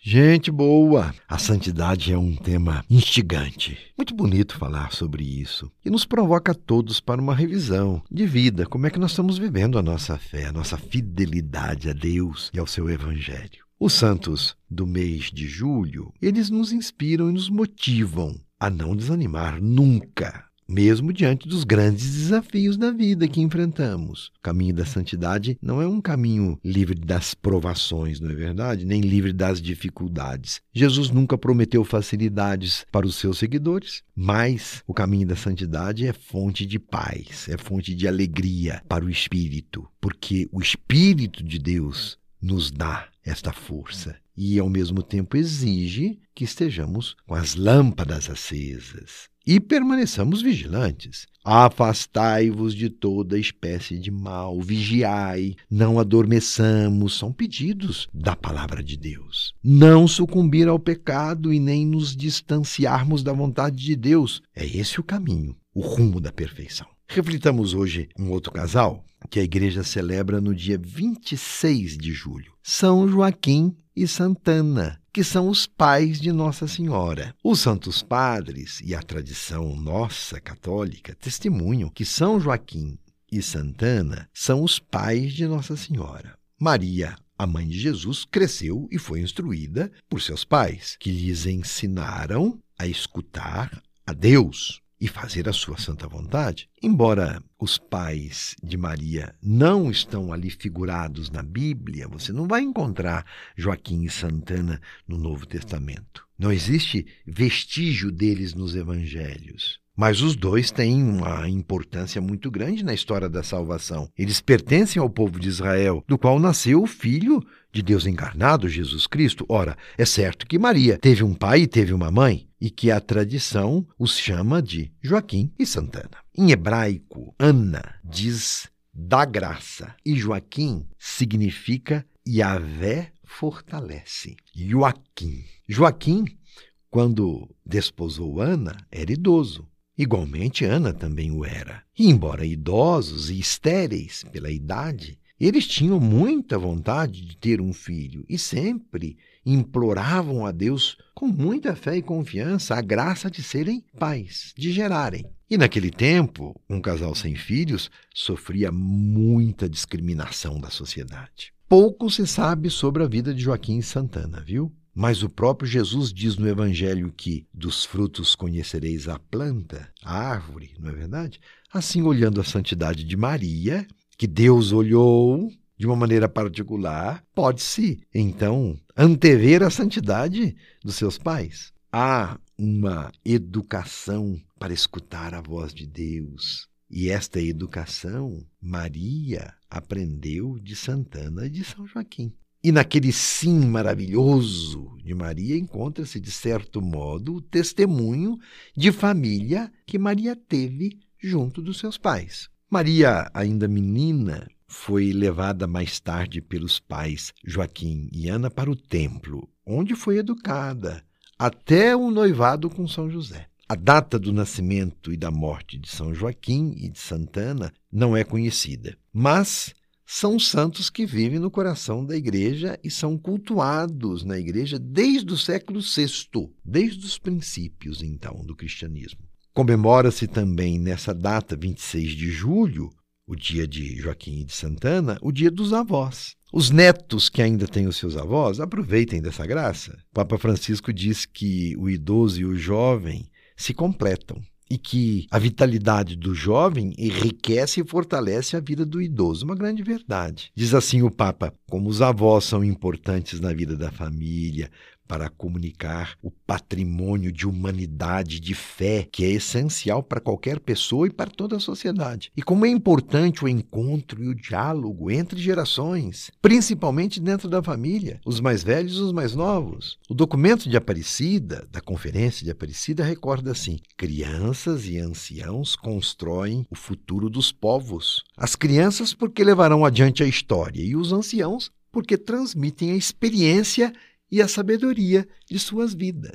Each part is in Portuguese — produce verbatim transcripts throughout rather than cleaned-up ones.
Gente boa! A santidade é um tema instigante. Muito bonito falar sobre isso. E nos provoca a todos para uma revisão de vida. Como é que nós estamos vivendo a nossa fé, a nossa fidelidade a Deus e ao seu Evangelho. Os santos do mês de julho, eles nos inspiram e nos motivam a não desanimar nunca, mesmo diante dos grandes desafios da vida que enfrentamos. O caminho da santidade não é um caminho livre das provações, não é verdade? Nem livre das dificuldades. Jesus nunca prometeu facilidades para os seus seguidores, mas o caminho da santidade é fonte de paz, é fonte de alegria para o Espírito, porque o Espírito de Deus nos dá esta força e, ao mesmo tempo, exige que estejamos com as lâmpadas acesas e permaneçamos vigilantes. Afastai-vos de toda espécie de mal, vigiai, não adormeçamos, são pedidos da palavra de Deus. Não sucumbir ao pecado e nem nos distanciarmos da vontade de Deus. É esse o caminho, o rumo da perfeição. Reflitamos hoje um outro casal que a igreja celebra no dia vinte e seis de julho. São Joaquim e Santana, que são os pais de Nossa Senhora. Os santos padres e a tradição nossa católica testemunham que São Joaquim e Santana são os pais de Nossa Senhora. Maria, a mãe de Jesus, cresceu e foi instruída por seus pais, que lhes ensinaram a escutar a Deus e fazer a sua santa vontade. Embora os pais de Maria não estão ali figurados na Bíblia, você não vai encontrar Joaquim e Santana no Novo Testamento. Não existe vestígio deles nos evangelhos. Mas os dois têm uma importância muito grande na história da salvação. Eles pertencem ao povo de Israel, do qual nasceu o Filho de Deus encarnado, Jesus Cristo. Ora, é certo que Maria teve um pai e teve uma mãe, e que a tradição os chama de Joaquim e Santana. Em hebraico, Ana diz da graça, e Joaquim significa Yahvé fortalece. Joaquim. Joaquim, quando desposou Ana, era idoso. Igualmente, Ana também o era. E, embora idosos e estéreis pela idade, eles tinham muita vontade de ter um filho e sempre imploravam a Deus com muita fé e confiança a graça de serem pais, de gerarem. E naquele tempo, um casal sem filhos sofria muita discriminação da sociedade. Pouco se sabe sobre a vida de Joaquim e Santana, viu? Mas o próprio Jesus diz no Evangelho que dos frutos conhecereis a planta, a árvore, não é verdade? Assim, olhando a santidade de Maria, que Deus olhou de uma maneira particular, pode-se, então, antever a santidade dos seus pais. Há uma educação para escutar a voz de Deus. E esta educação, Maria aprendeu de Santana e de São Joaquim. E naquele sim maravilhoso de Maria encontra-se, de certo modo, o testemunho de família que Maria teve junto dos seus pais. Maria, ainda menina, foi levada mais tarde pelos pais Joaquim e Ana para o templo, onde foi educada, até o noivado com São José. A data do nascimento e da morte de São Joaquim e de Santana não é conhecida, mas são santos que vivem no coração da igreja e são cultuados na igreja desde o século sexto, desde os princípios, então, do cristianismo. Comemora-se também nessa data, vinte e seis de julho, o dia de Joaquim e de Santana, o dia dos avós. Os netos que ainda têm os seus avós, aproveitem dessa graça. O Papa Francisco diz que o idoso e o jovem se completam e que a vitalidade do jovem enriquece e fortalece a vida do idoso. Uma grande verdade. Diz assim o Papa: como os avós são importantes na vida da família, para comunicar o patrimônio de humanidade, de fé, que é essencial para qualquer pessoa e para toda a sociedade. E como é importante o encontro e o diálogo entre gerações, principalmente dentro da família, os mais velhos e os mais novos. O documento de Aparecida, da Conferência de Aparecida, recorda assim: crianças e anciãos constroem o futuro dos povos. As crianças porque levarão adiante a história e os anciãos porque transmitem a experiência e a sabedoria de suas vidas.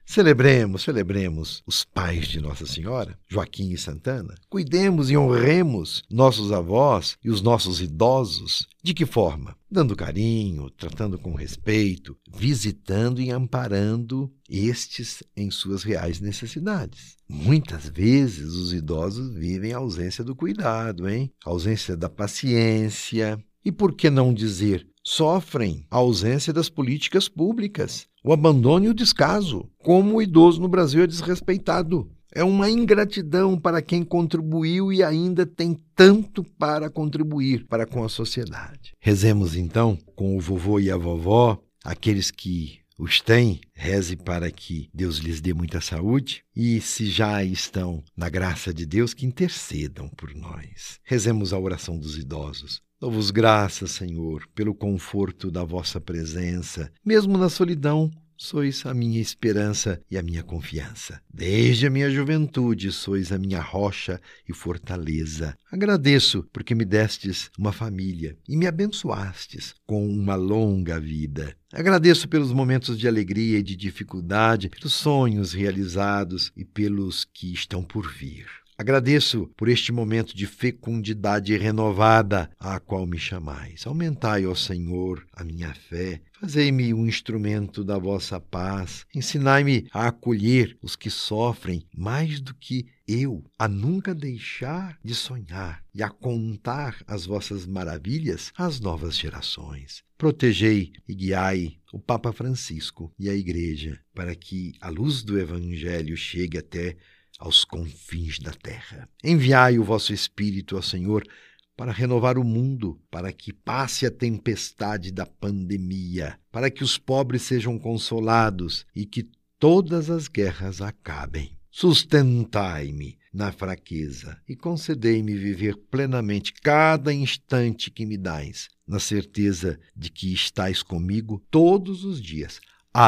Celebremos, celebremos os pais de Nossa Senhora, Joaquim e Santana. Cuidemos e honremos nossos avós e os nossos idosos. De que forma? Dando carinho, tratando com respeito, visitando e amparando estes em suas reais necessidades. Muitas vezes os idosos vivem a ausência do cuidado, hein? A ausência da paciência. E por que não dizer, sofrem a ausência das políticas públicas, o abandono e o descaso. Como o idoso no Brasil é desrespeitado. É uma ingratidão para quem contribuiu e ainda tem tanto para contribuir para com a sociedade. Rezemos então com o vovô e a vovó, aqueles que os têm, reze para que Deus lhes dê muita saúde e, se já estão na graça de Deus, que intercedam por nós. Rezemos a oração dos idosos. Dou-vos graças, Senhor, pelo conforto da vossa presença. Mesmo na solidão, sois a minha esperança e a minha confiança. Desde a minha juventude, sois a minha rocha e fortaleza. Agradeço porque me destes uma família e me abençoastes com uma longa vida. Agradeço pelos momentos de alegria e de dificuldade, pelos sonhos realizados e pelos que estão por vir. Agradeço por este momento de fecundidade renovada a qual me chamais. Aumentai, ó Senhor, a minha fé. Fazei-me um instrumento da vossa paz. Ensinai-me a acolher os que sofrem mais do que eu, a nunca deixar de sonhar e a contar as vossas maravilhas às novas gerações. Protegei e guiai o Papa Francisco e a Igreja para que a luz do Evangelho chegue até aos confins da terra. Enviai o vosso Espírito, ó Senhor, para renovar o mundo, para que passe a tempestade da pandemia, para que os pobres sejam consolados e que todas as guerras acabem. Sustentai-me na fraqueza e concedei-me viver plenamente cada instante que me dais, na certeza de que estais comigo todos os dias,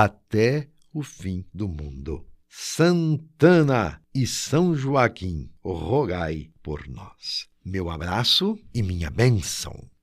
até o fim do mundo. Santana e São Joaquim, rogai por nós. Meu abraço e minha bênção.